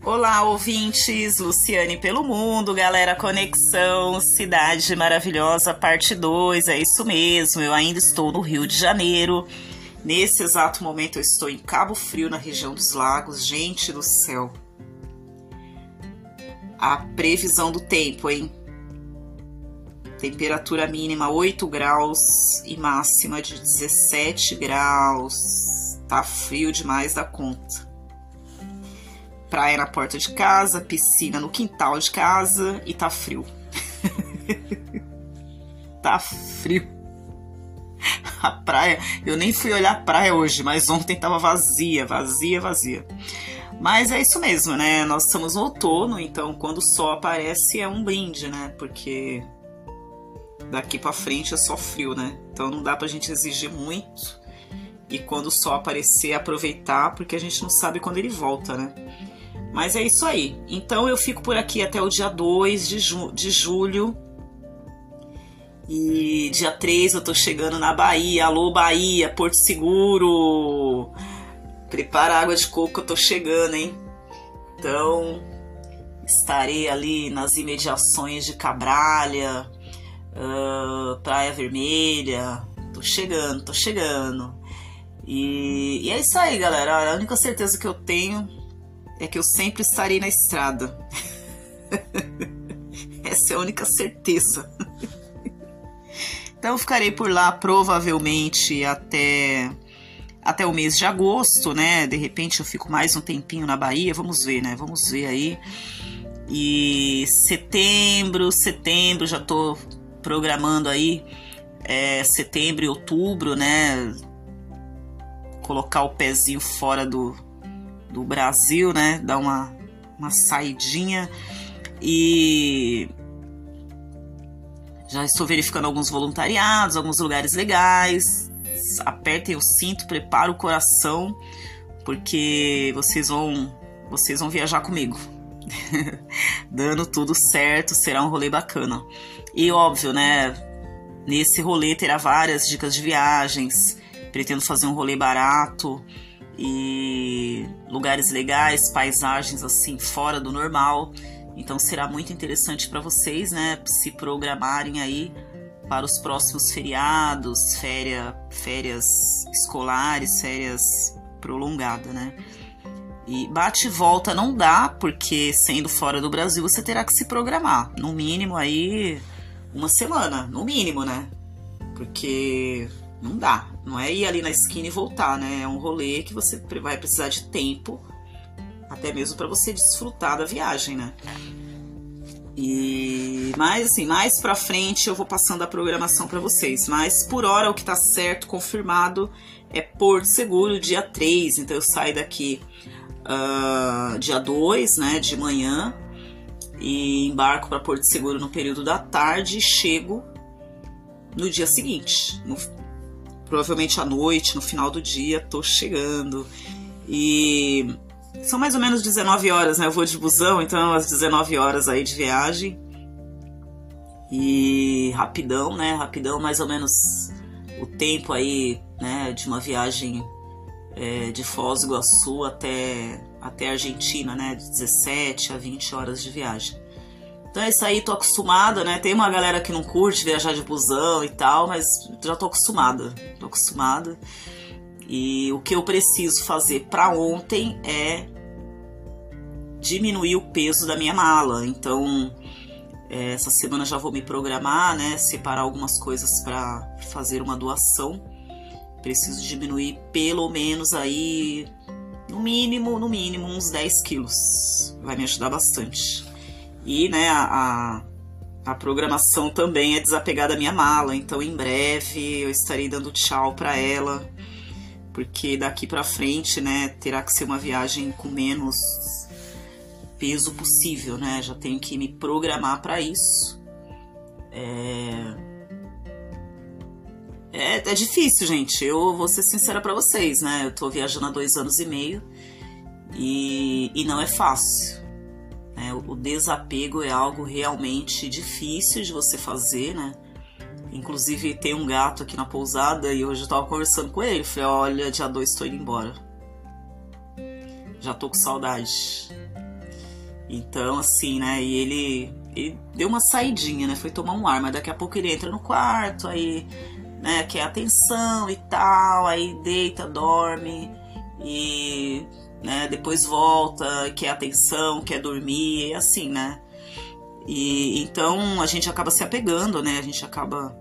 Olá, ouvintes, Luciane pelo mundo, galera, Conexão Cidade Maravilhosa, parte 2, é isso mesmo, eu ainda estou no Rio de Janeiro, nesse exato momento eu estou em Cabo Frio, na região dos lagos, gente do céu, a previsão do tempo, hein? Temperatura mínima 8 graus e máxima de 17 graus, tá frio demais da conta. Praia na porta de casa, piscina no quintal de casa e tá frio. Tá frio. A praia, eu nem fui olhar a praia hoje, mas ontem tava vazia. Mas é isso mesmo, né? Nós estamos no outono, então quando o sol aparece é um brinde, né? Porque daqui pra frente é só frio, né? Então não dá pra gente exigir muito. E quando o sol aparecer, aproveitar, porque a gente não sabe quando ele volta, né? Mas é isso aí. Então eu fico por aqui até o dia 2 de julho. E dia 3 eu tô chegando na Bahia. Alô, Bahia, Porto Seguro. Prepara a água de coco que eu tô chegando, hein? Então estarei ali nas imediações de Cabralha, Praia Vermelha. Tô chegando. E é isso aí, galera. A única certeza que eu tenho é que eu sempre estarei na estrada. Essa é a única certeza. Então eu ficarei por lá provavelmente até o mês de agosto, né? De repente eu fico mais um tempinho na Bahia, vamos ver, né? Vamos ver aí. E setembro, já tô programando aí setembro e outubro, né? Colocar o pezinho fora do Brasil, né? Dar uma saidinha. E já estou verificando alguns voluntariados, alguns lugares legais. Apertem o cinto, prepara o coração, porque vocês vão viajar comigo. Dando tudo certo, será um rolê bacana. E óbvio, né? Nesse rolê terá várias dicas de viagens. Pretendo fazer um rolê barato e lugares legais, paisagens assim fora do normal. Então será muito interessante para vocês, né, se programarem aí para os próximos feriados, férias escolares, férias prolongadas, né? E bate e volta não dá, porque sendo fora do Brasil você terá que se programar, no mínimo aí uma semana, no mínimo, né? Porque não dá, não é ir ali na esquina e voltar, né? É um rolê que você vai precisar de tempo, até mesmo para você desfrutar da viagem, né? Mas assim, mais pra frente eu vou passando a programação para vocês. Mas por hora o que tá certo, confirmado, é Porto Seguro, dia 3. Então eu saio daqui dia 2, né, de manhã, e embarco para Porto Seguro no período da tarde e chego no dia seguinte, provavelmente à noite, no final do dia, tô chegando. E são mais ou menos 19 horas, né? Eu vou de busão, então às 19 horas aí de viagem. E rapidão, né? Rapidão, mais ou menos o tempo aí, né? De uma viagem de Foz do Iguaçu até a Argentina, né? De 17 a 20 horas de viagem. Então é isso aí, tô acostumada, né? Tem uma galera que não curte viajar de busão e tal, mas já tô acostumada. E o que eu preciso fazer para ontem é diminuir o peso da minha mala. Então, essa semana já vou me programar, né? Separar algumas coisas para fazer uma doação. Preciso diminuir pelo menos aí, no mínimo, uns 10 quilos. Vai me ajudar bastante. E, né, a programação também é desapegar da minha mala. Então, em breve, eu estarei dando tchau para ela. Porque daqui para frente, né, terá que ser uma viagem com menos peso possível, né? Já tenho que me programar para isso. É difícil, gente. Eu vou ser sincera para vocês, né? Eu tô viajando há 2 anos e meio e não é fácil. O desapego é algo realmente difícil de você fazer, né? Inclusive tem um gato aqui na pousada e hoje eu tava conversando com ele. Falei, olha, dia 2 tô indo embora. Já tô com saudade. Então, assim, né, e ele deu uma saidinha, né, foi tomar um ar, mas daqui a pouco ele entra no quarto, aí, né, quer atenção e tal, aí deita, dorme, e, né, depois volta, quer atenção, quer dormir, e assim, né. E então a gente acaba se apegando, né, a gente acaba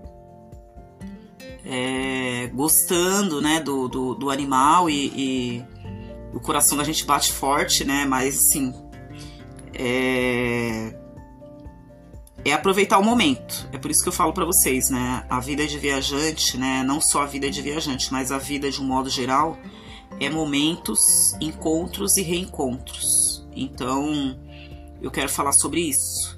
gostando, né, do animal, e o coração da gente bate forte, né, mas assim, é aproveitar o momento. É por isso que eu falo pra vocês, né, a vida de viajante, né, não só a vida de viajante, mas a vida de um modo geral, é momentos, encontros e reencontros. Então, eu quero falar sobre isso.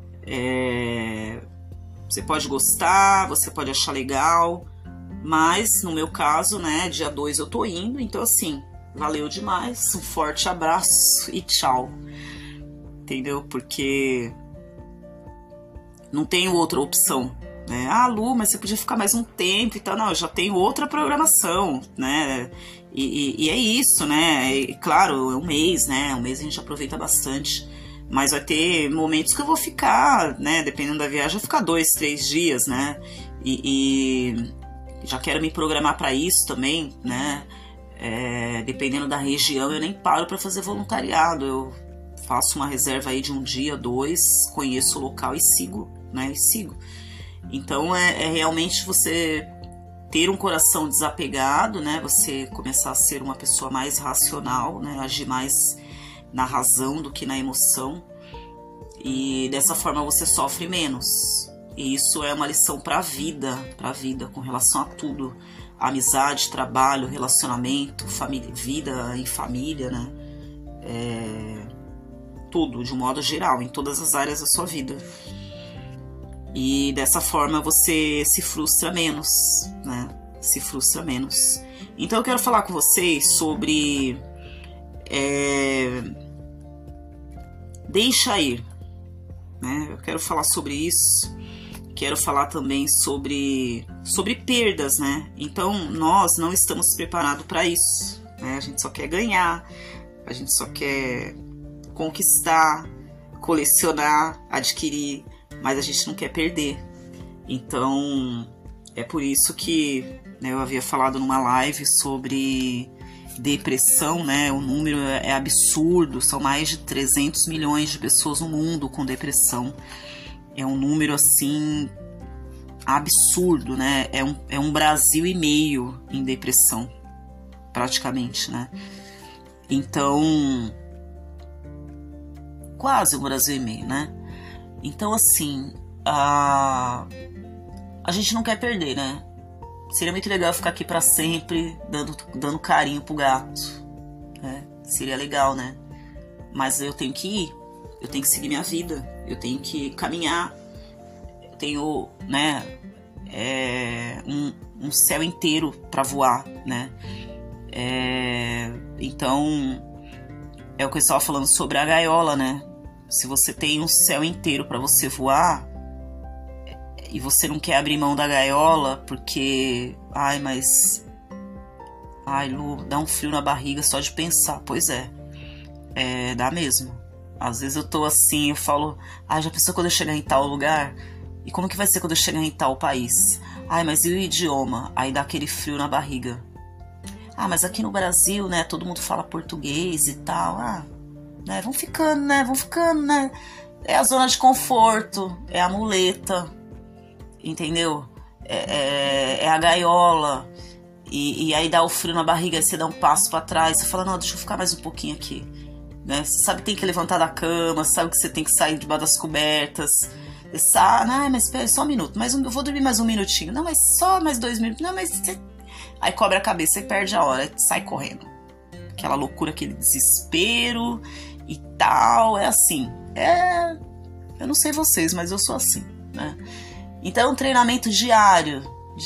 Você pode gostar, você pode achar legal, mas no meu caso, né, dia 2 eu tô indo, então assim, valeu demais, um forte abraço e tchau. Entendeu? Porque não tenho outra opção, né? Ah, Lu, mas você podia ficar mais um tempo e tal. Não, eu já tenho outra programação, né? E é isso, né? E, claro, é um mês, né? Um mês a gente aproveita bastante. Mas vai ter momentos que eu vou ficar, né? Dependendo da viagem, eu vou ficar 2, 3 dias, né? E já quero me programar para isso também, né? Dependendo da região, eu nem paro para fazer voluntariado. Eu faço uma reserva aí de um dia, 2, conheço o local e sigo, né? E sigo. Então é realmente você ter um coração desapegado, né? Você começar a ser uma pessoa mais racional, né? Agir mais na razão do que na emoção, e dessa forma você sofre menos. E isso é uma lição para a vida, com relação a tudo: amizade, trabalho, relacionamento, família, vida em família, né? Tudo, de um modo geral, em todas as áreas da sua vida. E dessa forma você se frustra menos, né? Se frustra menos. Então eu quero falar com vocês sobre deixa ir, né? Eu quero falar sobre isso. Quero falar também sobre perdas, né? Então nós não estamos preparados para isso, né? A gente só quer ganhar, a gente só quer conquistar, colecionar, adquirir, mas a gente não quer perder. Então é por isso que, né, eu havia falado numa live sobre depressão, né? O número é absurdo, são mais de 300 milhões de pessoas no mundo com depressão. É um número assim absurdo, né? É um Brasil e meio em depressão, praticamente, né? Então, quase um Brasil e meio, né? Então, assim, a gente não quer perder, né? Seria muito legal ficar aqui pra sempre, dando carinho pro gato, né? Seria legal, né? Mas eu tenho que ir, eu tenho que seguir minha vida, eu tenho que caminhar, eu tenho, né, um céu inteiro pra voar, né? Então, é o que eu estava falando sobre a gaiola, né? Se você tem um céu inteiro pra você voar e você não quer abrir mão da gaiola porque, Lu, dá um frio na barriga só de pensar. Pois dá mesmo. Às vezes eu tô assim, eu falo, já pensou quando eu chegar em tal lugar? E como que vai ser quando eu chegar em tal país? Mas e o idioma? Aí dá aquele frio na barriga. Mas aqui no Brasil, né, todo mundo fala português e tal. Né, vão ficando, né? É a zona de conforto, é a muleta, entendeu? É a gaiola. E aí dá o frio na barriga, aí você dá um passo pra trás, você fala, não, deixa eu ficar mais um pouquinho aqui. Né? Você sabe que tem que levantar da cama, sabe que você tem que sair debaixo das cobertas. Você sabe, mas espera só um minuto, eu vou dormir mais um minutinho. Não, mas só mais 2 minutos. Não, mas... Aí cobre a cabeça e perde a hora, sai correndo. Aquela loucura, aquele desespero e tal, é assim. Eu não sei vocês, mas eu sou assim, né? Então, treinamento diário,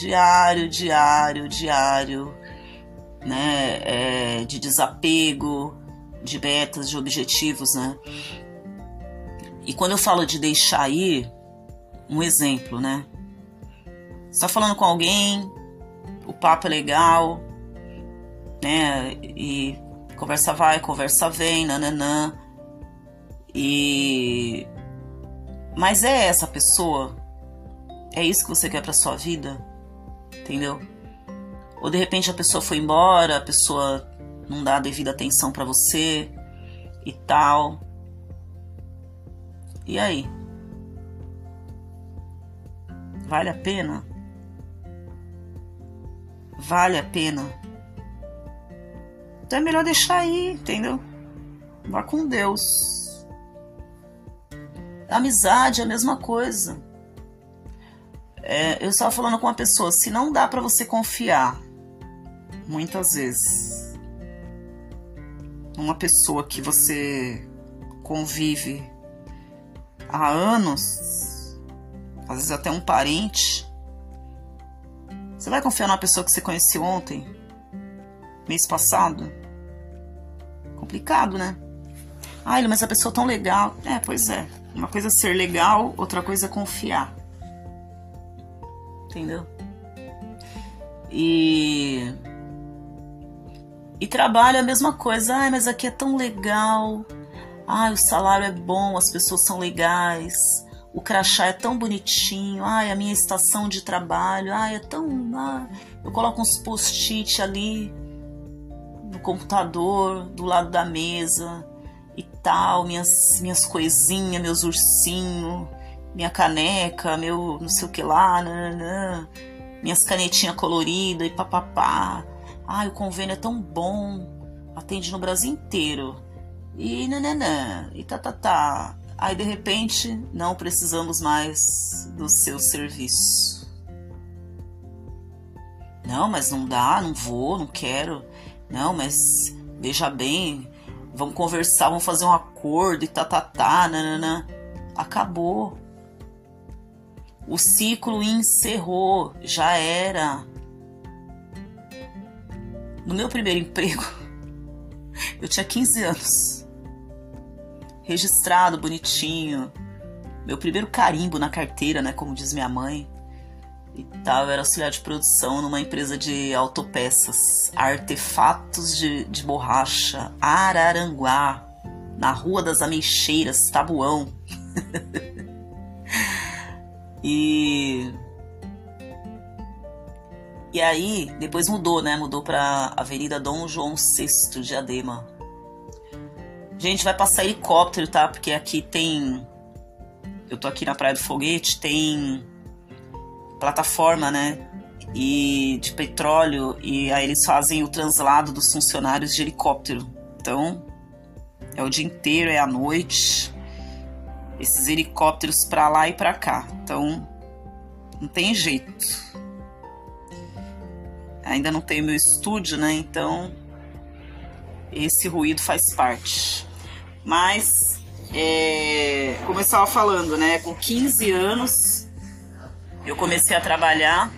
né? De desapego, de metas, de objetivos, né? E quando eu falo de deixar ir, um exemplo, né? Você tá falando com alguém, o papo é legal, né? E conversa vai, conversa vem, nananã. E mas é essa pessoa? É isso que você quer pra sua vida? Entendeu? Ou de repente a pessoa foi embora, a pessoa não dá a devida atenção pra você e tal. E aí? Vale a pena? Vale a pena? Então é melhor deixar aí, entendeu? Vá com Deus. Amizade é a mesma coisa. Eu estava falando com uma pessoa, se não dá pra você confiar, muitas vezes, uma pessoa que você convive há anos, às vezes até um parente, você vai confiar numa pessoa que você conheceu ontem, mês passado? Complicado, né? Ai, mas a pessoa é tão legal. Pois é. Uma coisa é ser legal, outra coisa é confiar. Entendeu? E trabalho é a mesma coisa. Ai, mas aqui é tão legal. Ai, o salário é bom, as pessoas são legais. O crachá é tão bonitinho. Ai, a minha estação de trabalho. Ai, é tão... eu coloco uns post-it ali no computador, do lado da mesa e tal. Minhas coisinhas, meus ursinhos, minha caneca, meu não sei o que lá, nananã, minhas canetinhas coloridas e papapá. Ai, o convênio é tão bom. Atende no Brasil inteiro. E nananã, e tá. Aí, de repente, não precisamos mais do seu serviço. Não, mas não dá, não vou, não quero. Não, mas veja bem, vamos conversar, vamos fazer um acordo e nananã. Acabou. O ciclo encerrou, já era. No meu primeiro emprego, eu tinha 15 anos. Registrado, bonitinho. Meu primeiro carimbo na carteira, né? Como diz minha mãe. E tal, eu era auxiliar de produção numa empresa de autopeças. Artefatos de borracha. Araranguá. Na Rua das Ameixeiras, Tabuão. E aí, depois mudou, né? Mudou pra Avenida Dom João VI, Diadema. Gente, vai passar helicóptero, tá? Porque aqui tem... Eu tô aqui na Praia do Foguete, tem plataforma, né? E de petróleo, e aí eles fazem o translado dos funcionários de helicóptero. Então, é o dia inteiro, é à noite. Esses helicópteros pra lá e pra cá. Então, não tem jeito. Ainda não tenho meu estúdio, né? Então, esse ruído faz parte. Mas, como eu estava falando, né? Com 15 anos, eu comecei a trabalhar.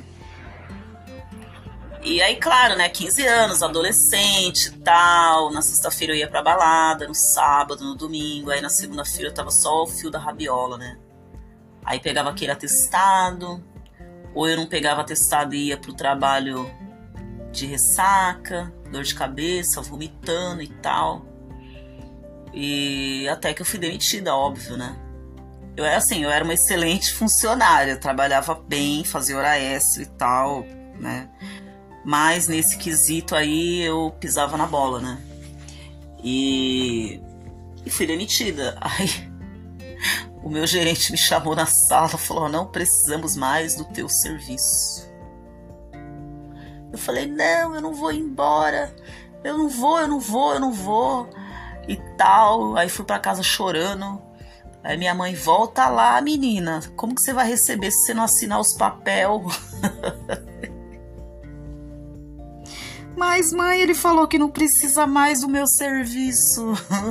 E aí, claro, né? 15 anos, adolescente e tal. Na sexta-feira eu ia pra balada, no sábado, no domingo. Aí na segunda-feira eu tava só o fio da rabiola, né? Aí pegava aquele atestado. Ou eu não pegava atestado e ia pro trabalho de ressaca, dor de cabeça, vomitando e tal. E até que eu fui demitida, óbvio, né? Eu era uma excelente funcionária, trabalhava bem, fazia hora extra e tal, né? Mas nesse quesito aí eu pisava na bola, né? E fui demitida. Aí o meu gerente me chamou na sala e falou: não precisamos mais do teu serviço. Eu falei: não, eu não vou embora. Eu não vou. E tal. Aí fui pra casa chorando. Aí minha mãe: volta lá, menina. Como que você vai receber se você não assinar os papel? Mas, mãe, ele falou que não precisa mais do meu serviço.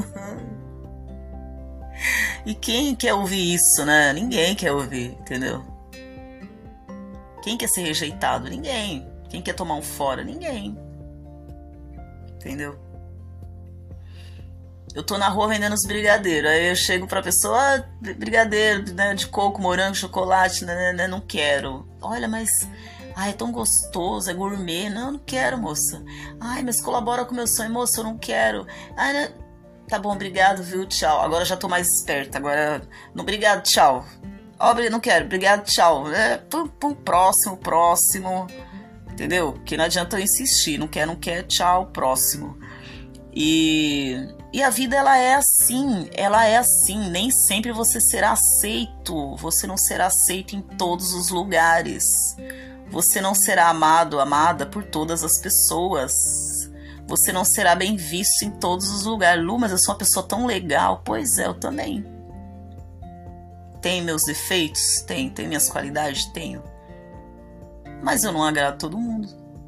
E quem quer ouvir isso, né? Ninguém quer ouvir, entendeu? Quem quer ser rejeitado? Ninguém. Quem quer tomar um fora? Ninguém. Entendeu? Eu tô na rua vendendo os brigadeiros. Aí eu chego pra pessoa: brigadeiro, né, de coco, morango, chocolate, né, não quero. Olha, mas... ai, é tão gostoso, é gourmet. Não quero, moça. Ai, mas colabora com o meu sonho. Moça, eu não quero. Ai, Tá bom, obrigado, viu? Tchau. Agora eu já tô mais esperta. Agora, não, obrigado, tchau. Ó, não quero, obrigado, tchau. Próximo. Entendeu? Porque não adianta eu insistir. Não quer, tchau, próximo. E a vida, ela é assim. Nem sempre você será aceito. Você não será aceito em todos os lugares. Você não será amado, amada por todas as pessoas. Você não será bem visto em todos os lugares. Lu, mas eu sou uma pessoa tão legal. Pois é, eu também. Tem meus defeitos? Tem minhas qualidades? Tenho. Mas eu não agrado todo mundo.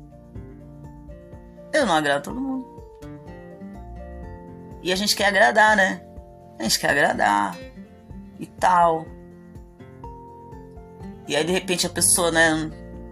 E a gente quer agradar, né? A gente quer agradar. E tal. E aí, de repente, a pessoa, né,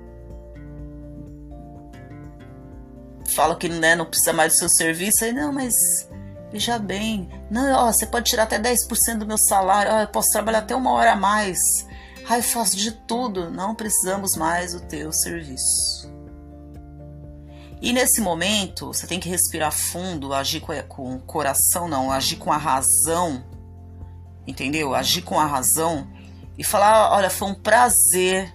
fala que, né, não precisa mais do seu serviço. Aí, não, mas veja bem. Não, ó, você pode tirar até 10% do meu salário. Ó, eu posso trabalhar até 1 hora a mais. Ah, eu faço de tudo. Não precisamos mais do teu serviço. E nesse momento, você tem que respirar fundo, agir com o coração, não, agir com a razão. Entendeu? Agir com a razão. E falar, olha, foi um prazer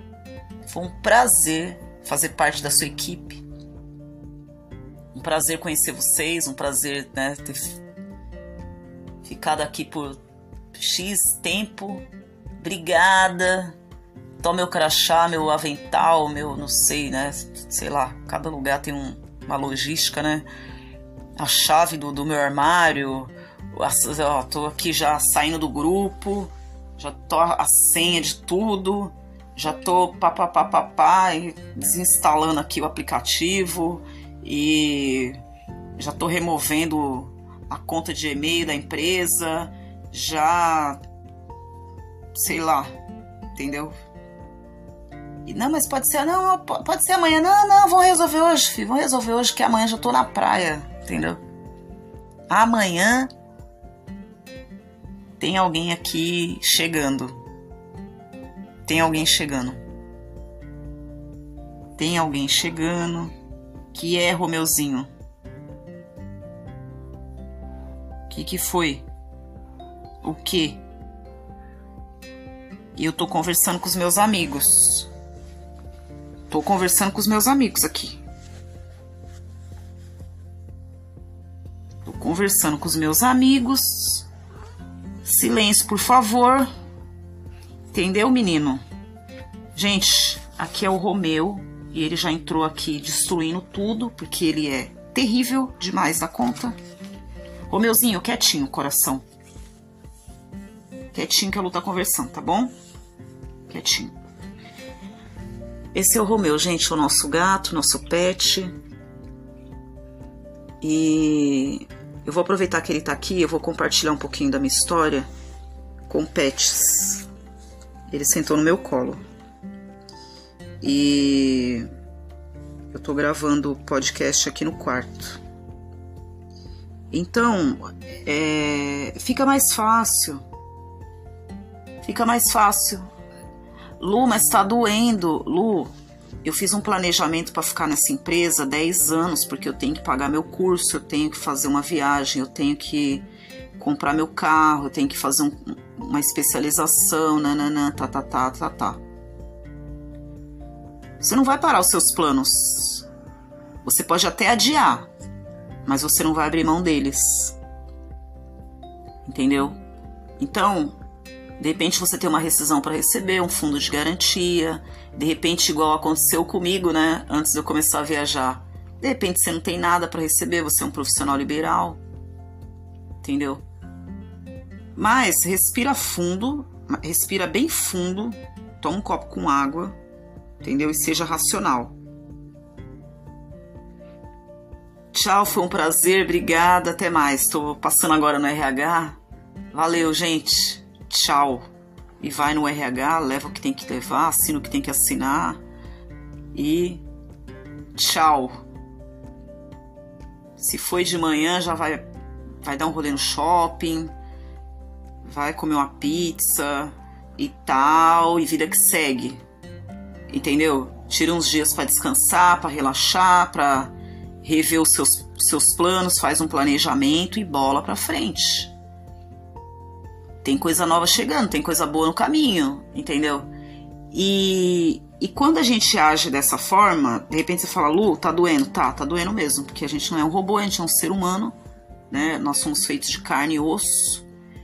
fazer parte da sua equipe. Um prazer conhecer vocês, um prazer, né, ter ficado aqui por X tempo. Obrigada. Toma meu crachá, meu avental, meu, não sei, né, sei lá, cada lugar tem uma logística, né. A chave do meu armário, ó, tô aqui já saindo do grupo, já tô a senha de tudo, já tô desinstalando aqui o aplicativo e já tô removendo a conta de e-mail da empresa, já, sei lá, entendeu? E, não, mas pode ser, não, pode ser amanhã, não, vamos resolver hoje, filho, vamos resolver hoje, que amanhã já tô na praia, entendeu? Amanhã tem alguém aqui chegando. Tem alguém chegando. Que é, Romeuzinho? Que foi? O quê? E eu tô conversando com os meus amigos. Aqui. Tô conversando com os meus amigos. Silêncio, por favor. Entendeu, menino? Gente, aqui é o Romeu. E ele já entrou aqui destruindo tudo, porque ele é terrível demais da conta. Romeuzinho, quietinho, coração. Quietinho que a Lu tá conversando, tá bom? Quietinho. Esse é o Romeu, gente, o nosso gato, nosso pet. E eu vou aproveitar que ele tá aqui, eu vou compartilhar um pouquinho da minha história com pets. Ele sentou no meu colo. E eu tô gravando o podcast aqui no quarto. Então, fica mais fácil. Lu, mas tá doendo. Lu, eu fiz um planejamento para ficar nessa empresa 10 anos, porque eu tenho que pagar meu curso, eu tenho que fazer uma viagem, eu tenho que comprar meu carro, eu tenho que fazer uma especialização, tá. Você não vai parar os seus planos. Você pode até adiar, mas você não vai abrir mão deles. Entendeu? Então, de repente você tem uma rescisão para receber, um fundo de garantia. De repente, igual aconteceu comigo, né? Antes de eu começar a viajar. De repente você não tem nada para receber, você é um profissional liberal. Entendeu? Mas respira fundo, respira bem fundo, toma um copo com água, entendeu? E seja racional. Tchau, foi um prazer, obrigada, até mais. Tô passando agora no RH. Valeu, gente. Tchau. E vai no RH, leva o que tem que levar, assina o que tem que assinar. E tchau. Se foi de manhã, já vai dar um rolê no shopping, vai comer uma pizza e tal, e vida que segue. Entendeu? Tira uns dias para descansar, para relaxar, para rever os seus planos, faz um planejamento e bola pra frente. Tem coisa nova chegando, tem coisa boa no caminho, entendeu? E quando a gente age dessa forma, de repente você fala, Lu, tá doendo? Tá doendo mesmo, porque a gente não é um robô, a gente é um ser humano, né? Nós somos feitos de carne e osso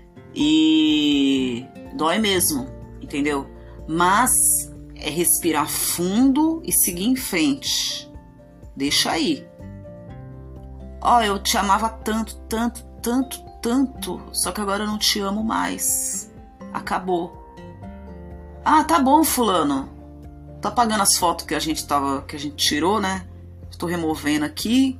e dói mesmo, entendeu? Mas é respirar fundo e seguir em frente. Deixa aí. Ó, eu te amava tanto, tanto, tanto, tanto, só que agora eu não te amo mais. Acabou. Ah, tá bom, fulano. Tô apagando as fotos que a gente tirou, né? Estou removendo aqui.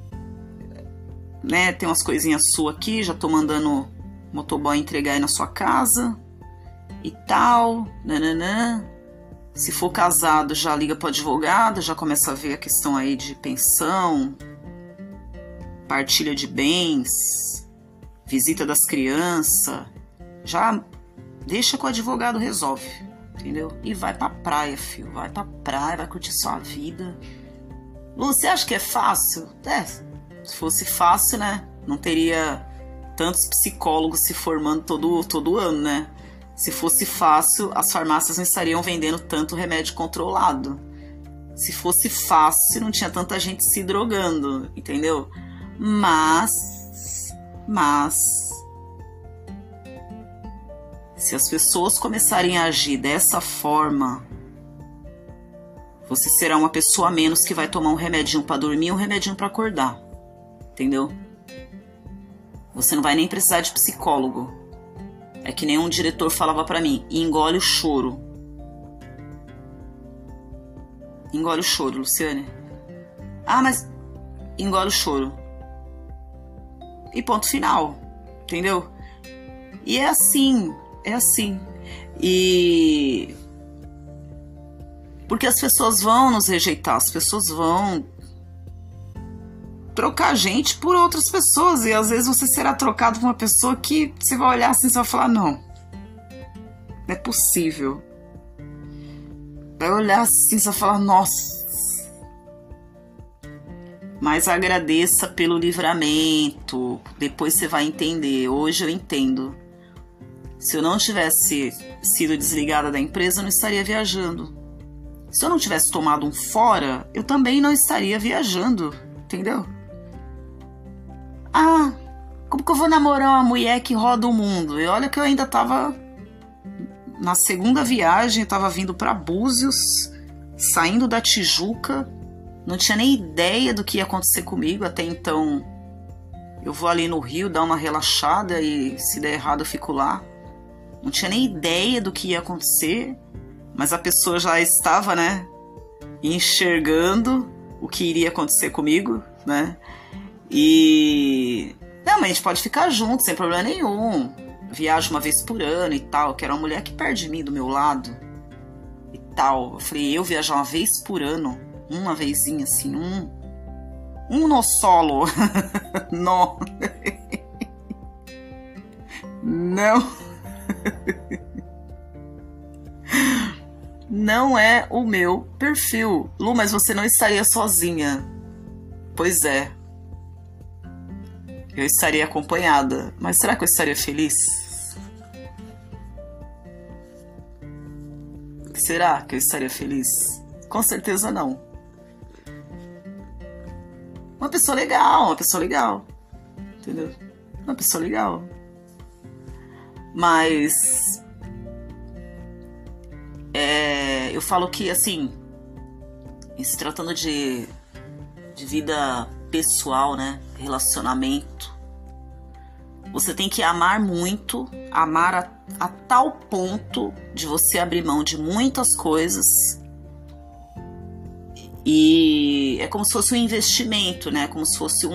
Né? Tem umas coisinhas suas aqui, já tô mandando o motoboy entregar aí na sua casa. E tal, nananã. Se for casado, já liga pro advogado, já começa a ver a questão aí de pensão, partilha de bens, visita das crianças. Já deixa que o advogado resolve, entendeu? E vai pra praia, filho. Vai pra praia, vai curtir sua vida. Lu, você acha que é fácil? É, se fosse fácil, né? Não teria tantos psicólogos se formando todo ano, né? Se fosse fácil, as farmácias não estariam vendendo tanto remédio controlado. Se fosse fácil, não tinha tanta gente se drogando, entendeu? Mas, se as pessoas começarem a agir dessa forma, você será uma pessoa a menos que vai tomar um remedinho para dormir e um remedinho para acordar, entendeu? Você não vai nem precisar de psicólogo. É que nem um diretor falava pra mim, engole o choro. Engole o choro, Luciane. Ah, mas engole o choro. E ponto final, entendeu? E é assim. E porque as pessoas vão nos rejeitar, as pessoas vão trocar a gente por outras pessoas, e às vezes você será trocado por uma pessoa que você vai olhar assim e vai falar, não é possível. Vai olhar assim e vai falar, nossa. Mas agradeça pelo livramento, depois você vai entender. Hoje eu entendo. Se eu não tivesse sido desligada da empresa, eu não estaria viajando. Se eu não tivesse tomado um fora, eu também não estaria viajando, entendeu? Ah, como que eu vou namorar uma mulher que roda o mundo? E olha que eu ainda tava na segunda viagem, eu tava vindo para Búzios, saindo da Tijuca, não tinha nem ideia do que ia acontecer comigo. Até então, eu vou ali no Rio dar uma relaxada e se der errado eu fico lá. Não tinha nem ideia do que ia acontecer, mas a pessoa já estava, né, enxergando o que iria acontecer comigo, né? E não, mas a gente pode ficar junto sem problema nenhum. Viajo uma vez por ano e tal. Quero uma mulher que perto de mim, do meu lado e tal. Eu falei, eu viajar uma vez por ano, uma vezinha assim, um no solo. Não. Não. Não é o meu perfil. Lu, mas você não estaria sozinha. Pois é. Eu estaria acompanhada. Mas será que eu estaria feliz? Será que eu estaria feliz? Com certeza não. Uma pessoa legal. Entendeu? Uma pessoa legal. Mas eu falo que, assim, se tratando de vida pessoal, né, relacionamento, você tem que amar muito, amar a tal ponto de você abrir mão de muitas coisas. E é como se fosse um investimento, né, como se fosse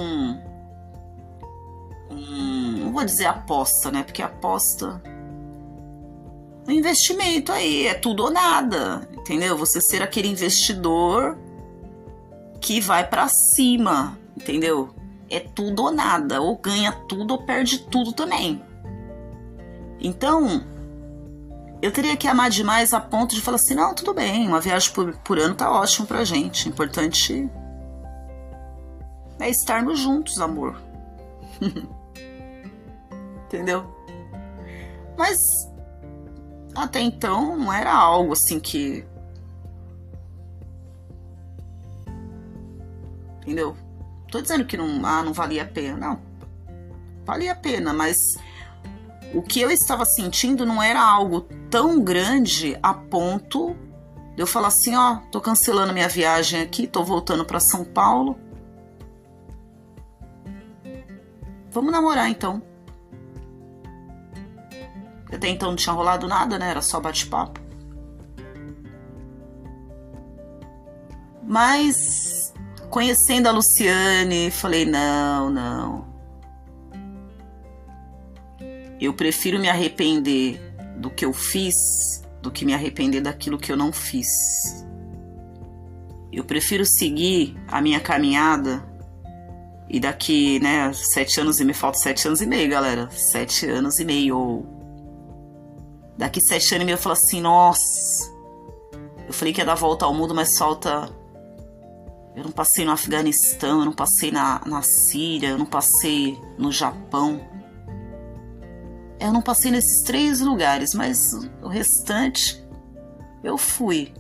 não vou dizer aposta, né, porque aposta, um investimento aí, é tudo ou nada, entendeu? Você ser aquele investidor que vai pra cima, entendeu? É tudo ou nada, ou ganha tudo ou perde tudo também. Então, eu teria que amar demais a ponto de falar assim, não, tudo bem, uma viagem por ano tá ótimo pra gente, importante é estarmos juntos, amor. Entendeu? Mas até então não era algo assim que... Entendeu? Tô dizendo que não valia a pena. Não, valia a pena, mas o que eu estava sentindo não era algo tão grande a ponto de eu falar assim, ó, tô cancelando minha viagem aqui, tô voltando para São Paulo. Vamos namorar então. Até então não tinha rolado nada, né? Era só bate-papo. Mas conhecendo a Luciane, falei, não. Eu prefiro me arrepender do que eu fiz do que me arrepender daquilo que eu não fiz. Eu prefiro seguir a minha caminhada e daqui, né, 7 anos e meio, falta 7 anos e meio, galera. 7 anos e meio. Daqui 7 anos e meio eu falo assim, nossa, eu falei que ia dar a volta ao mundo, mas falta... Eu não passei no Afeganistão, eu não passei na Síria, eu não passei no Japão. Eu não passei nesses 3 lugares, mas o restante eu fui.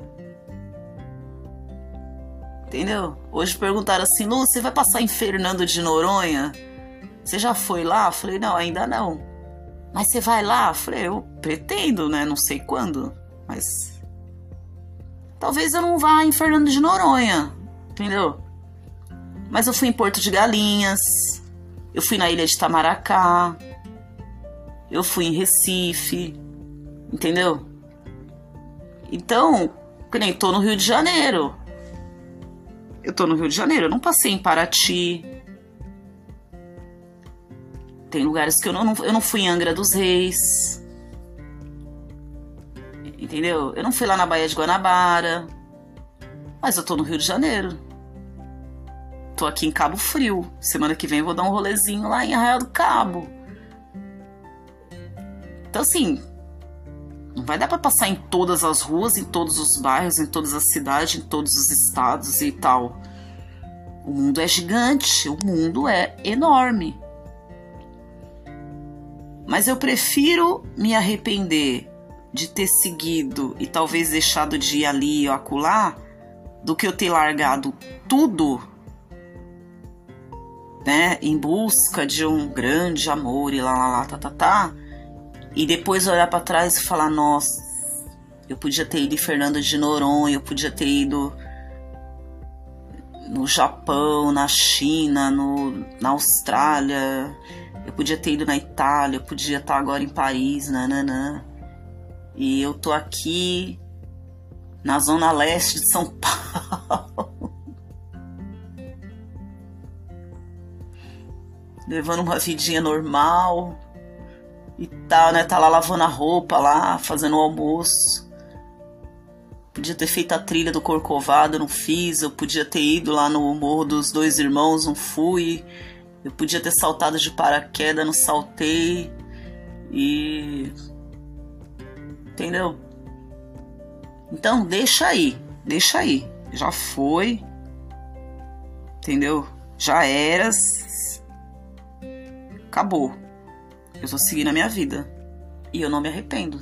Entendeu? Hoje perguntaram assim, Lu, você vai passar em Fernando de Noronha? Você já foi lá? Eu falei, não, ainda não. Mas você vai lá? Eu falei, eu pretendo, né? Não sei quando, mas... Talvez eu não vá em Fernando de Noronha, entendeu? Mas eu fui em Porto de Galinhas, eu fui na ilha de Itamaracá, eu fui em Recife, entendeu? Então, que nem tô no Rio de Janeiro. Eu tô no Rio de Janeiro, eu não passei em Paraty. Tem lugares que eu não fui em Angra dos Reis. Entendeu? Eu não fui lá na Baía de Guanabara. Mas eu tô no Rio de Janeiro. Tô aqui em Cabo Frio. Semana que vem eu vou dar um rolezinho lá em Arraial do Cabo. Então assim, não vai dar pra passar em todas as ruas, em todos os bairros, em todas as cidades, em todos os estados e tal. O mundo é gigante, o mundo é enorme. Mas eu prefiro me arrepender de ter seguido e talvez deixado de ir ali ou acolá, do que eu ter largado tudo, né, em busca de um grande amor e tá, e depois olhar pra trás e falar, nossa, eu podia ter ido em Fernando de Noronha, eu podia ter ido no Japão, na China, na Austrália, eu podia ter ido na Itália, eu podia estar agora em Paris, nananã. E eu tô aqui na zona leste de São Paulo, levando uma vidinha normal e tal, né? Tá lá lavando a roupa lá, fazendo o almoço. Podia ter feito a trilha do Corcovado, não fiz. Eu podia ter ido lá no Morro dos Dois Irmãos, não fui. Eu podia ter saltado de paraquedas, não saltei. E... entendeu? Então deixa aí. Já foi. Entendeu? Já era. Acabou. Eu tô seguindo a minha vida. E eu não me arrependo.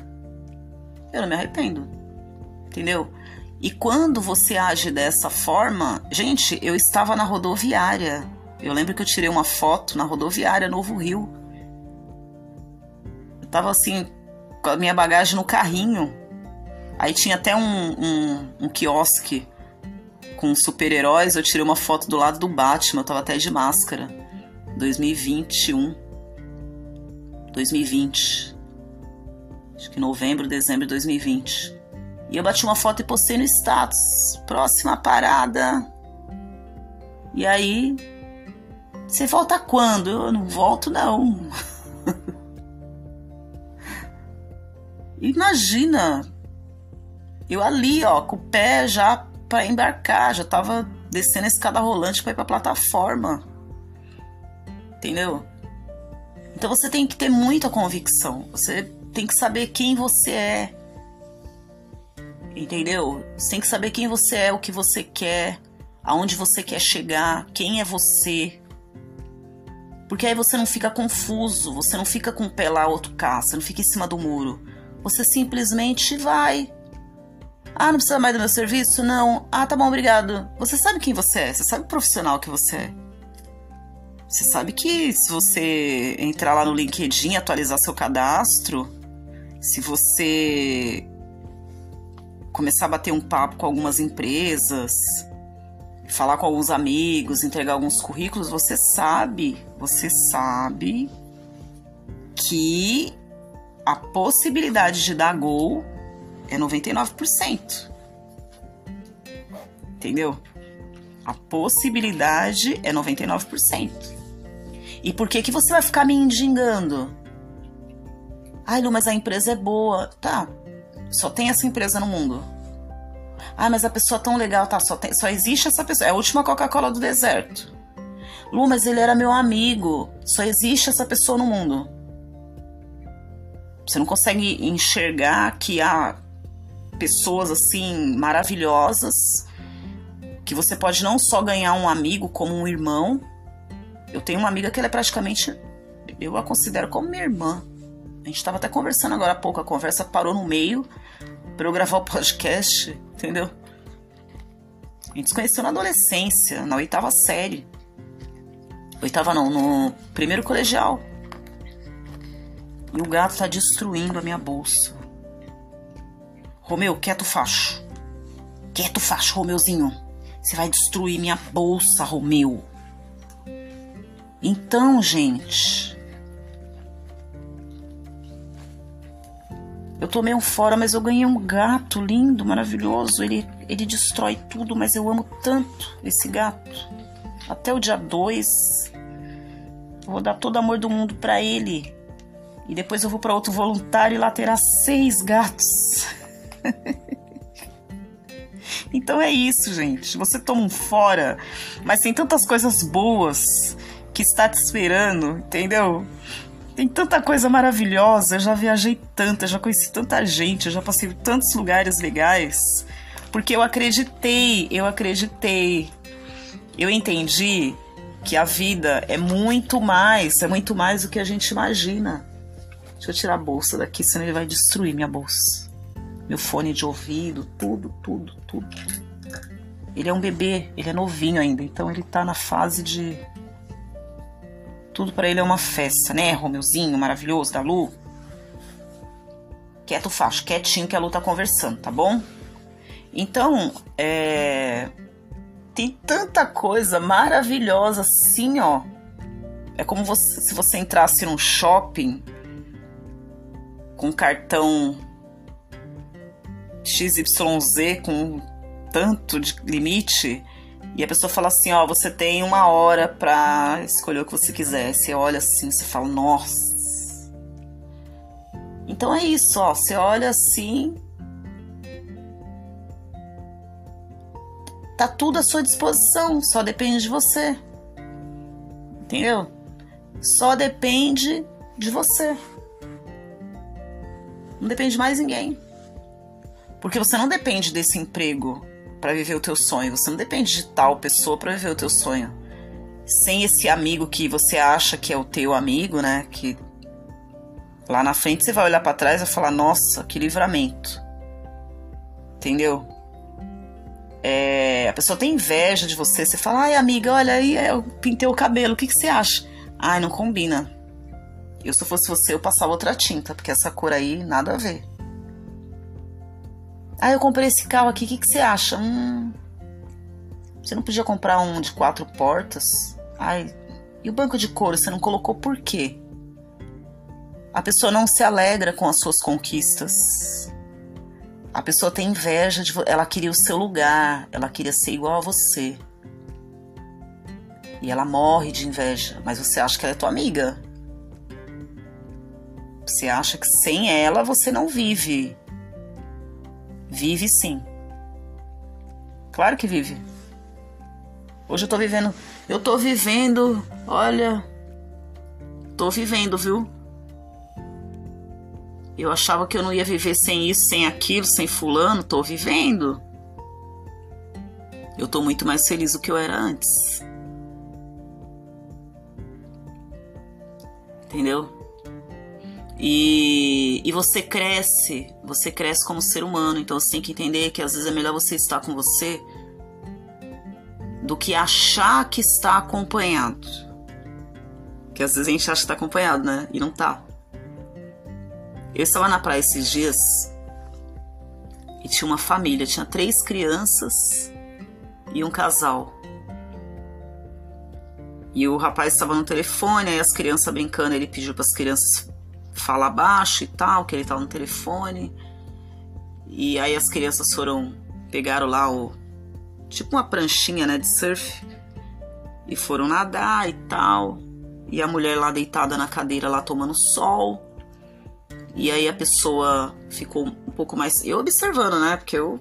Entendeu? E quando você age dessa forma... Gente, eu estava na rodoviária. Eu lembro que eu tirei uma foto na rodoviária Novo Rio. Eu tava assim, com a minha bagagem no carrinho. Aí tinha até um quiosque com super-heróis. Eu tirei uma foto do lado do Batman. Eu tava até de máscara. 2021. 2020. Acho que novembro, dezembro de 2020. E eu bati uma foto e postei no status. Próxima parada. E aí... você volta quando? Eu não volto, não. Imagina. Eu ali, ó, com o pé já pra embarcar. Já tava descendo a escada rolante pra ir pra plataforma. Entendeu? Então você tem que ter muita convicção. Você tem que saber quem você é. Entendeu? Você tem que saber quem você é, o que você quer, aonde você quer chegar, quem é você. Porque aí você não fica confuso, você não fica com o pé lá, outro cá, você não fica em cima do muro. Você simplesmente vai. Ah, não precisa mais do meu serviço? Não. Ah, tá bom, obrigado. Você sabe quem você é, você sabe o profissional que você é. Você sabe que se você entrar lá no LinkedIn, atualizar seu cadastro, se você começar a bater um papo com algumas empresas, falar com alguns amigos, entregar alguns currículos, você sabe que a possibilidade de dar gol é 99%. Entendeu? A possibilidade é 99%. E por que você vai ficar me mendigando? Ai, Lu, mas a empresa é boa. Tá, só tem essa empresa no mundo. Ah, mas a pessoa é tão legal. Tá, só existe essa pessoa. É a última Coca-Cola do deserto. Lu, mas ele era meu amigo. Só existe essa pessoa no mundo. Você não consegue enxergar que há pessoas assim maravilhosas, que você pode não só ganhar um amigo como um irmão. Eu tenho uma amiga que ela é praticamente, eu a considero como minha irmã. A gente estava até conversando agora há pouco, a conversa parou no meio para eu gravar o podcast, entendeu? A gente se conheceu na adolescência, na 8ª série. 8ª não, no primeiro colegial. E o gato tá destruindo a minha bolsa. Romeu, quieto facho. Quieto facho, Romeuzinho. Você vai destruir minha bolsa, Romeu. Então, gente, eu tomei um fora, mas eu ganhei um gato lindo, maravilhoso. Ele destrói tudo, mas eu amo tanto esse gato. Até o dia 2, eu vou dar todo o amor do mundo pra ele. E depois eu vou pra outro voluntário e lá terá 6 gatos. Então é isso, gente. Você toma um fora, mas tem tantas coisas boas que está te esperando, entendeu? Tem tanta coisa maravilhosa. Eu já viajei tanto, eu já conheci tanta gente, eu já passei por tantos lugares legais, porque eu acreditei. Eu entendi que a vida é muito mais do que a gente imagina. Deixa eu tirar a bolsa daqui, senão ele vai destruir minha bolsa. Meu fone de ouvido, tudo. Ele é um bebê, ele é novinho ainda, então ele tá na fase de... Tudo pra ele é uma festa, né, Romeuzinho, maravilhoso, da Lu? Quieto, facho, quietinho que a Lu tá conversando, tá bom? Então, tem tanta coisa maravilhosa assim, ó. É como se você entrasse num shopping com cartão XYZ com tanto de limite e a pessoa fala assim, ó, você tem 1 hora pra escolher o que você quiser. Você olha assim, você fala, nossa. Então é isso, ó, você olha assim, tá tudo à sua disposição, só depende de você. Entendeu? Só depende de você. Não depende de mais ninguém. Porque você não depende desse emprego para viver o teu sonho. Você não depende de tal pessoa para viver o teu sonho. Sem esse amigo que você acha que é o teu amigo, né? Que lá na frente você vai olhar para trás e vai falar, nossa, que livramento. Entendeu? A pessoa tem inveja de você. Você fala, ai amiga, olha aí, eu pintei o cabelo, o que você acha? Ai, não combina. Eu, se eu fosse você, eu passava outra tinta, porque essa cor aí, nada a ver. Ah, eu comprei esse carro aqui, o que você acha? Você não podia comprar um de 4 portas? Ai, e o banco de couro, você não colocou por quê? A pessoa não se alegra com as suas conquistas. A pessoa tem inveja, ela queria o seu lugar, ela queria ser igual a você. E ela morre de inveja, mas você acha que ela é tua amiga. Você acha que sem ela você não vive. Vive sim. Claro que vive. Hoje eu tô vivendo, olha, tô vivendo, viu? Eu achava que eu não ia viver sem isso, sem aquilo, sem fulano, tô vivendo. Eu tô muito mais feliz do que eu era antes. Entendeu? E você cresce como ser humano. Então você tem que entender que às vezes é melhor você estar com você do que achar que está acompanhado. Porque às vezes a gente acha que está acompanhado, né? E não tá. Eu estava na praia esses dias e tinha uma família, tinha 3 crianças e um casal. E o rapaz estava no telefone, aí as crianças brincando, ele pediu para as crianças falar baixo e tal, que ele estava no telefone. E aí as crianças pegaram lá tipo uma pranchinha, né, de surf, e foram nadar e tal. E a mulher lá deitada na cadeira lá tomando sol. E aí a pessoa ficou um pouco mais... Eu observando, né, porque eu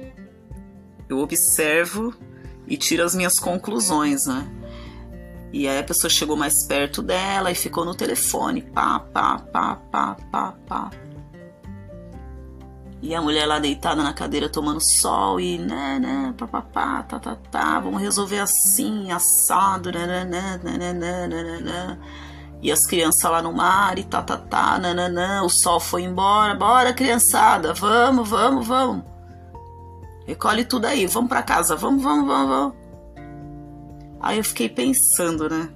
observo e tiro as minhas conclusões, né. E aí a pessoa chegou mais perto dela e ficou no telefone. Pá, pá, pá, pá, pá, pá. E a mulher lá deitada na cadeira tomando sol e... né, pá, pá, pá, tá, tá, tá. Vamos resolver assim, assado, né, né, né, né, né, né. E as crianças lá no mar e tá, tá, tá, né, né. O sol foi embora. Bora, criançada. Vamos, vamos, vamos. Recolhe tudo aí. Vamos pra casa. Vamos, vamos, vamos, vamos. Aí eu fiquei pensando, né?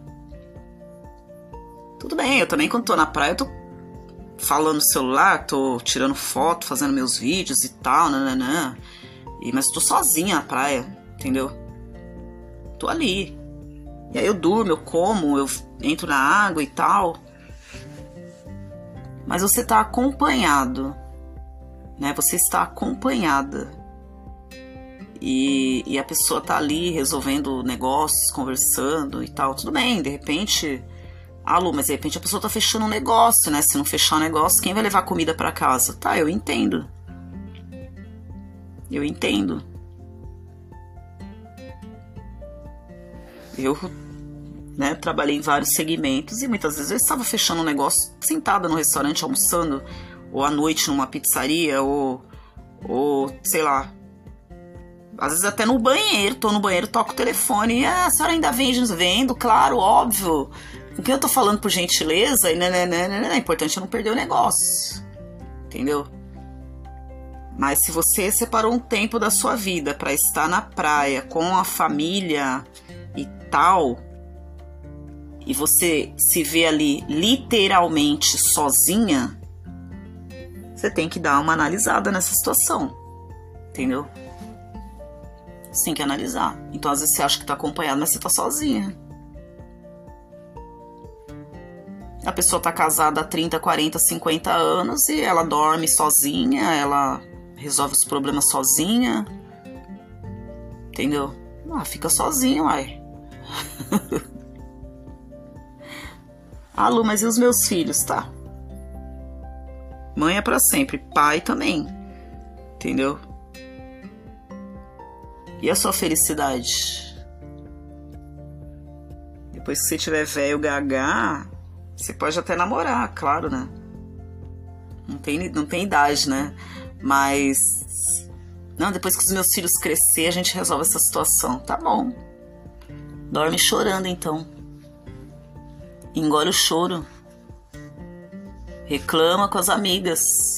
Tudo bem, eu também quando tô na praia eu tô falando no celular, tô tirando foto, fazendo meus vídeos e tal, nananã. Mas tô sozinha na praia, entendeu? Tô ali. E aí eu durmo, eu como, eu entro na água e tal. Mas você tá acompanhado, né? Você está acompanhada. E a pessoa tá ali resolvendo negócios, conversando e tal. Tudo bem, de repente... Lu, mas de repente a pessoa tá fechando um negócio, né? Se não fechar o negócio, quem vai levar comida pra casa? Tá, eu entendo. Eu entendo. Eu, né, trabalhei em vários segmentos e muitas vezes eu estava fechando um negócio sentada no restaurante almoçando, ou à noite numa pizzaria, ou sei lá... Às vezes até no banheiro, tô no banheiro, toco o telefone e a senhora ainda vende? Vendo, claro, óbvio. O que eu tô falando por gentileza, e é importante eu não perder o negócio, entendeu? Mas se você separou um tempo da sua vida para estar na praia com a família e tal, e você se vê ali literalmente sozinha, você tem que dar uma analisada nessa situação, entendeu? Você tem que analisar. Então, às vezes você acha que tá acompanhado, mas você tá sozinha. A pessoa tá casada há 30, 40, 50 anos e ela dorme sozinha, ela resolve os problemas sozinha. Entendeu? Fica sozinha, uai. Lu, mas e os meus filhos? Tá. Mãe é pra sempre, pai também. Entendeu? E a sua felicidade? Depois que você tiver velho gaga, você pode até namorar, claro, né? Não tem idade, né? Mas... Não, depois que os meus filhos crescer, a gente resolve essa situação. Tá bom. Dorme chorando, então. Engole o choro. Reclama com as amigas.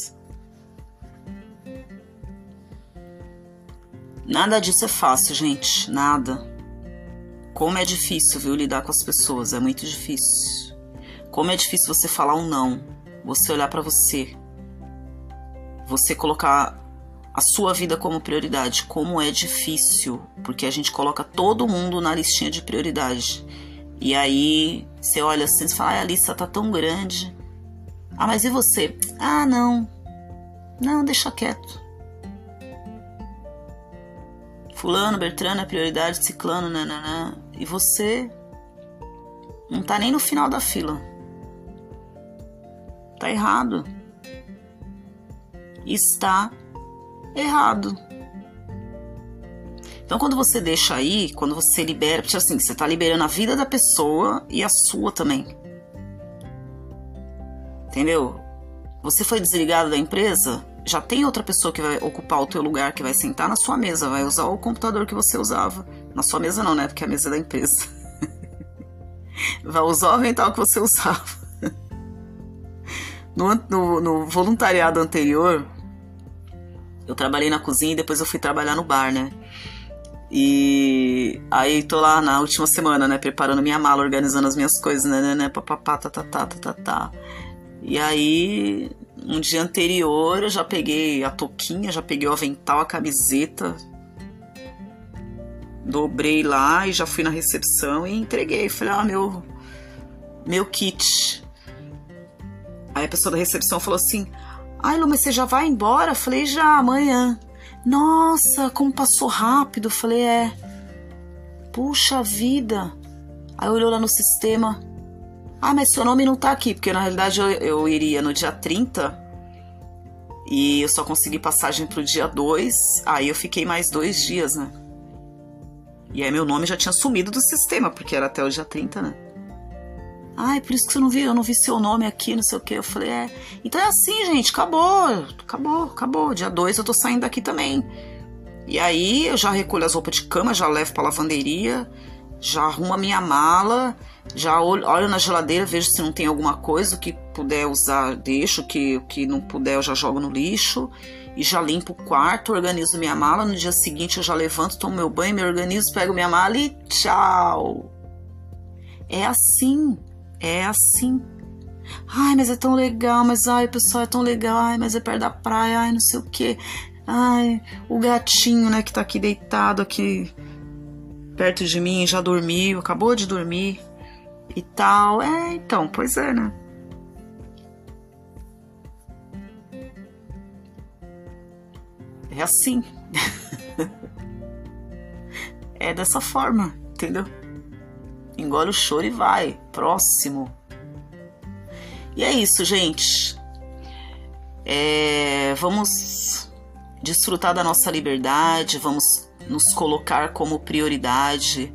Nada disso é fácil, gente. Nada. Como é difícil, viu, lidar com as pessoas. É muito difícil. Como é difícil você falar um não. Você olhar pra você. Você colocar a sua vida como prioridade. Como é difícil. Porque a gente coloca todo mundo na listinha de prioridade. E aí, você olha assim e fala, a lista tá tão grande. Mas e você? Não. Não, deixa quieto. Fulano, Bertrano é prioridade, ciclano, nananã. E você não tá nem no final da fila. Tá errado. Está errado. Então quando você deixa aí, quando você libera, porque assim, você tá liberando a vida da pessoa e a sua também. Entendeu? Você foi desligado da empresa? já tem outra pessoa que vai ocupar o teu lugar, que vai sentar na sua mesa, vai usar o computador que você usava. Na sua mesa não, né? Porque é a mesa é da empresa. Vai usar o avental que você usava. No voluntariado anterior, eu trabalhei na cozinha e depois eu fui trabalhar no bar, né? E aí tô lá na última semana, né? Preparando minha mala, organizando as minhas coisas, né? Papapá, tá. E aí, um dia anterior, eu já peguei a touquinha, já peguei o avental, a camiseta, dobrei lá e já fui na recepção e entreguei. Falei, meu kit. Aí a pessoa da recepção falou assim, ai, Lu, mas você já vai embora? Eu falei, já, amanhã. Nossa, como passou rápido. Eu falei, puxa vida. Aí olhou lá no sistema, mas seu nome não tá aqui, porque na realidade eu iria no dia 30 e eu só consegui passagem pro dia 2, aí eu fiquei mais 2 dias, né? E aí meu nome já tinha sumido do sistema, porque era até o dia 30, né? Por isso que você não viu, eu não vi seu nome aqui, não sei o que. Eu falei, então é assim, gente, acabou. Dia 2 eu tô saindo daqui também. E aí eu já recolho as roupas de cama, já levo pra lavanderia, já arrumo a minha mala, já olho na geladeira, vejo se não tem alguma coisa, o que puder usar, deixo, o que não puder eu já jogo no lixo, e já limpo o quarto, organizo minha mala, no dia seguinte eu já levanto, tomo meu banho, me organizo, pego minha mala e tchau. É assim. Mas é tão legal, mas o pessoal é tão legal, mas é perto da praia, não sei o que. O gatinho, né, que tá aqui deitado aqui perto de mim, já dormiu, acabou de dormir e tal. Então, pois é, né? É assim. É dessa forma, entendeu? Engole o choro e vai. Próximo. E é isso, gente. Vamos desfrutar da nossa liberdade, vamos nos colocar como prioridade.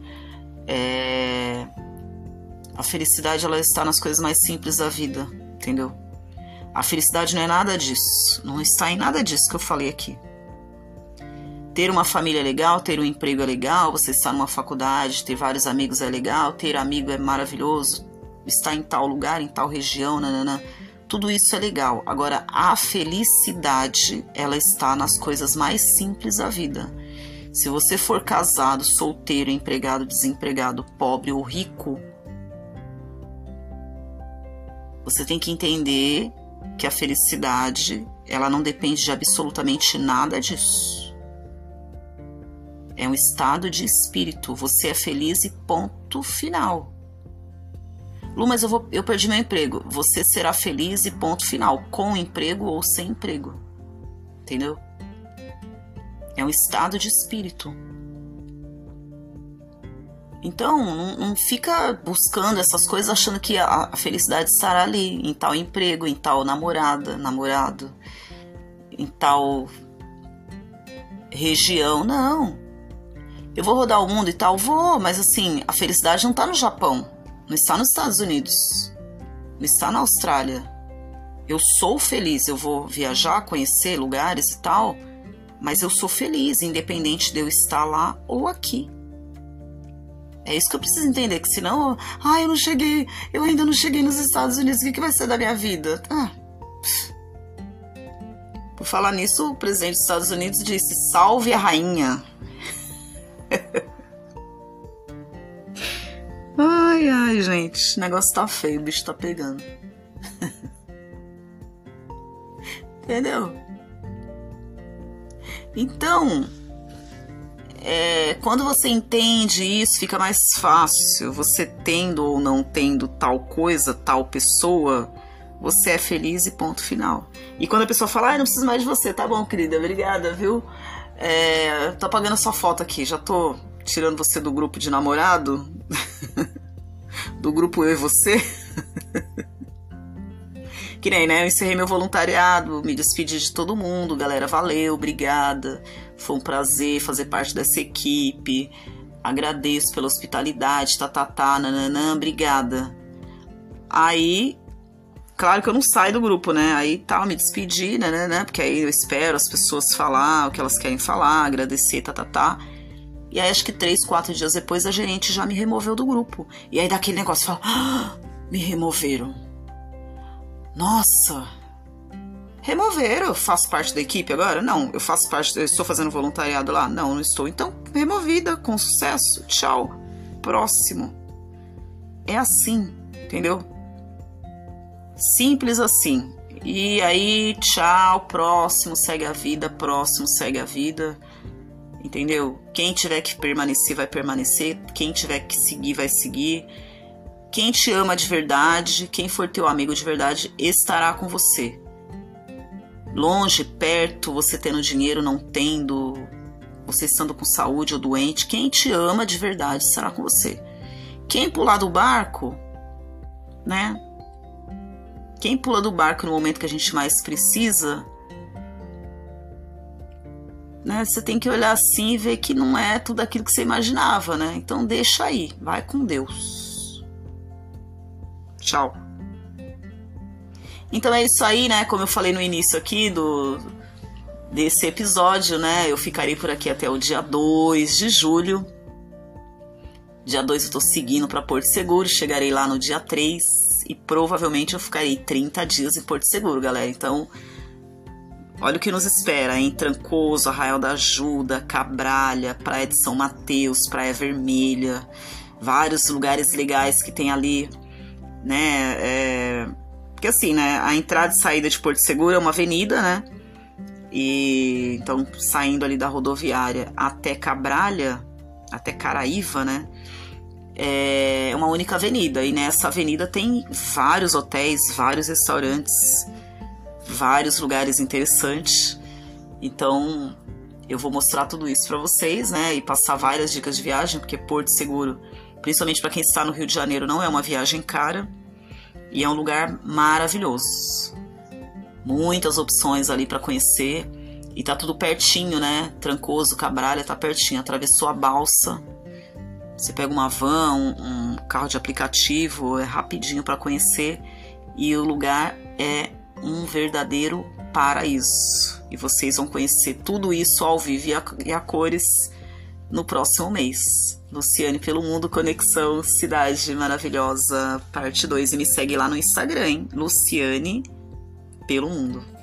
A felicidade, ela está nas coisas mais simples da vida, entendeu? A felicidade não é nada disso, não está em nada disso que eu falei aqui. Ter uma família é legal, ter um emprego é legal, você estar numa faculdade, ter vários amigos é legal, ter amigo é maravilhoso, estar em tal lugar, em tal região, nanana, tudo isso é legal. Agora, a felicidade, ela está nas coisas mais simples da vida. Se você for casado, solteiro, empregado, desempregado, pobre ou rico, você tem que entender que a felicidade, ela não depende de absolutamente nada disso. É um estado de espírito. Você é feliz e ponto final. Lu, mas eu perdi meu emprego. Você será feliz e ponto final. Com emprego ou sem emprego. Entendeu? É um estado de espírito. Então, não fica buscando essas coisas achando que a felicidade estará ali. Em tal emprego, em tal namorado. Em tal região. Não. Eu vou rodar o mundo e tal? Vou, mas assim, a felicidade não está no Japão, não está nos Estados Unidos, não está na Austrália. Eu sou feliz, eu vou viajar, conhecer lugares e tal, mas eu sou feliz, independente de eu estar lá ou aqui. É isso que eu preciso entender, que senão, eu ainda não cheguei nos Estados Unidos, o que vai ser da minha vida? Por falar nisso, o presidente dos Estados Unidos disse, salve a rainha. Ai, gente, o negócio tá feio, o bicho tá pegando. Entendeu? Então, quando você entende isso, fica mais fácil. Você tendo ou não tendo tal coisa, tal pessoa, você é feliz e ponto final. E quando a pessoa fala, não preciso mais de você, tá bom, querida, obrigada, viu? Tô apagando a sua foto aqui, já tô tirando você do grupo de namorado, do grupo eu e você. Que nem, né? Eu encerrei meu voluntariado, me despedi de todo mundo, galera, valeu, obrigada. Foi um prazer fazer parte dessa equipe. Agradeço pela hospitalidade, nananã, obrigada. Aí, claro que eu não saio do grupo, né? Aí tá, me despedi, né? Porque aí eu espero as pessoas falar o que elas querem falar, agradecer, tá. E aí acho que 3, 4 dias depois a gerente já me removeu do grupo. E aí daquele negócio, fala, me removeram. Nossa, removeram, eu faço parte da equipe agora? Não, eu estou fazendo voluntariado lá? Não estou. Então, removida, com sucesso, tchau, próximo. É assim, entendeu? Simples assim. E aí, tchau, próximo, segue a vida, entendeu? Quem tiver que permanecer, vai permanecer. Quem tiver que seguir, vai seguir. Quem te ama de verdade, quem for teu amigo de verdade, estará com você. Longe, perto, você tendo dinheiro, não tendo, você estando com saúde ou doente, quem te ama de verdade estará com você. Quem pular do barco, né? Quem pula do barco no momento que a gente mais precisa, né? Você tem que olhar assim e ver que não é tudo aquilo que você imaginava, né? Então deixa aí, vai com Deus. Tchau. Então é isso aí, né? Como eu falei no início aqui desse episódio, né? Eu ficarei por aqui até o dia 2 de julho. Dia 2 eu tô seguindo para Porto Seguro, chegarei lá no dia 3 e provavelmente eu ficarei 30 dias em Porto Seguro, galera. Então, olha o que nos espera, hein? Trancoso, Arraial da Ajuda, Cabralha, Praia de São Mateus, Praia Vermelha, vários lugares legais que tem ali, né? Porque assim, né? A entrada e saída de Porto Seguro é uma avenida, né? E então, saindo ali da rodoviária até Cabralha, até Caraíva, né? É uma única avenida. E nessa avenida tem vários hotéis, vários restaurantes, vários lugares interessantes. Então, eu vou mostrar tudo isso para vocês, né? E passar várias dicas de viagem, porque Porto Seguro, principalmente para quem está no Rio de Janeiro, não é uma viagem cara. E é um lugar maravilhoso. Muitas opções ali para conhecer. E tá tudo pertinho, né? Trancoso, Cabralha, tá pertinho. Atravessou a balsa. Você pega uma van, um carro de aplicativo, é rapidinho para conhecer. E o lugar é um verdadeiro paraíso. E vocês vão conhecer tudo isso ao vivo e a cores no próximo mês. Luciane pelo Mundo, Conexão Cidade Maravilhosa, parte 2. E me segue lá no Instagram, hein? Luciane pelo Mundo.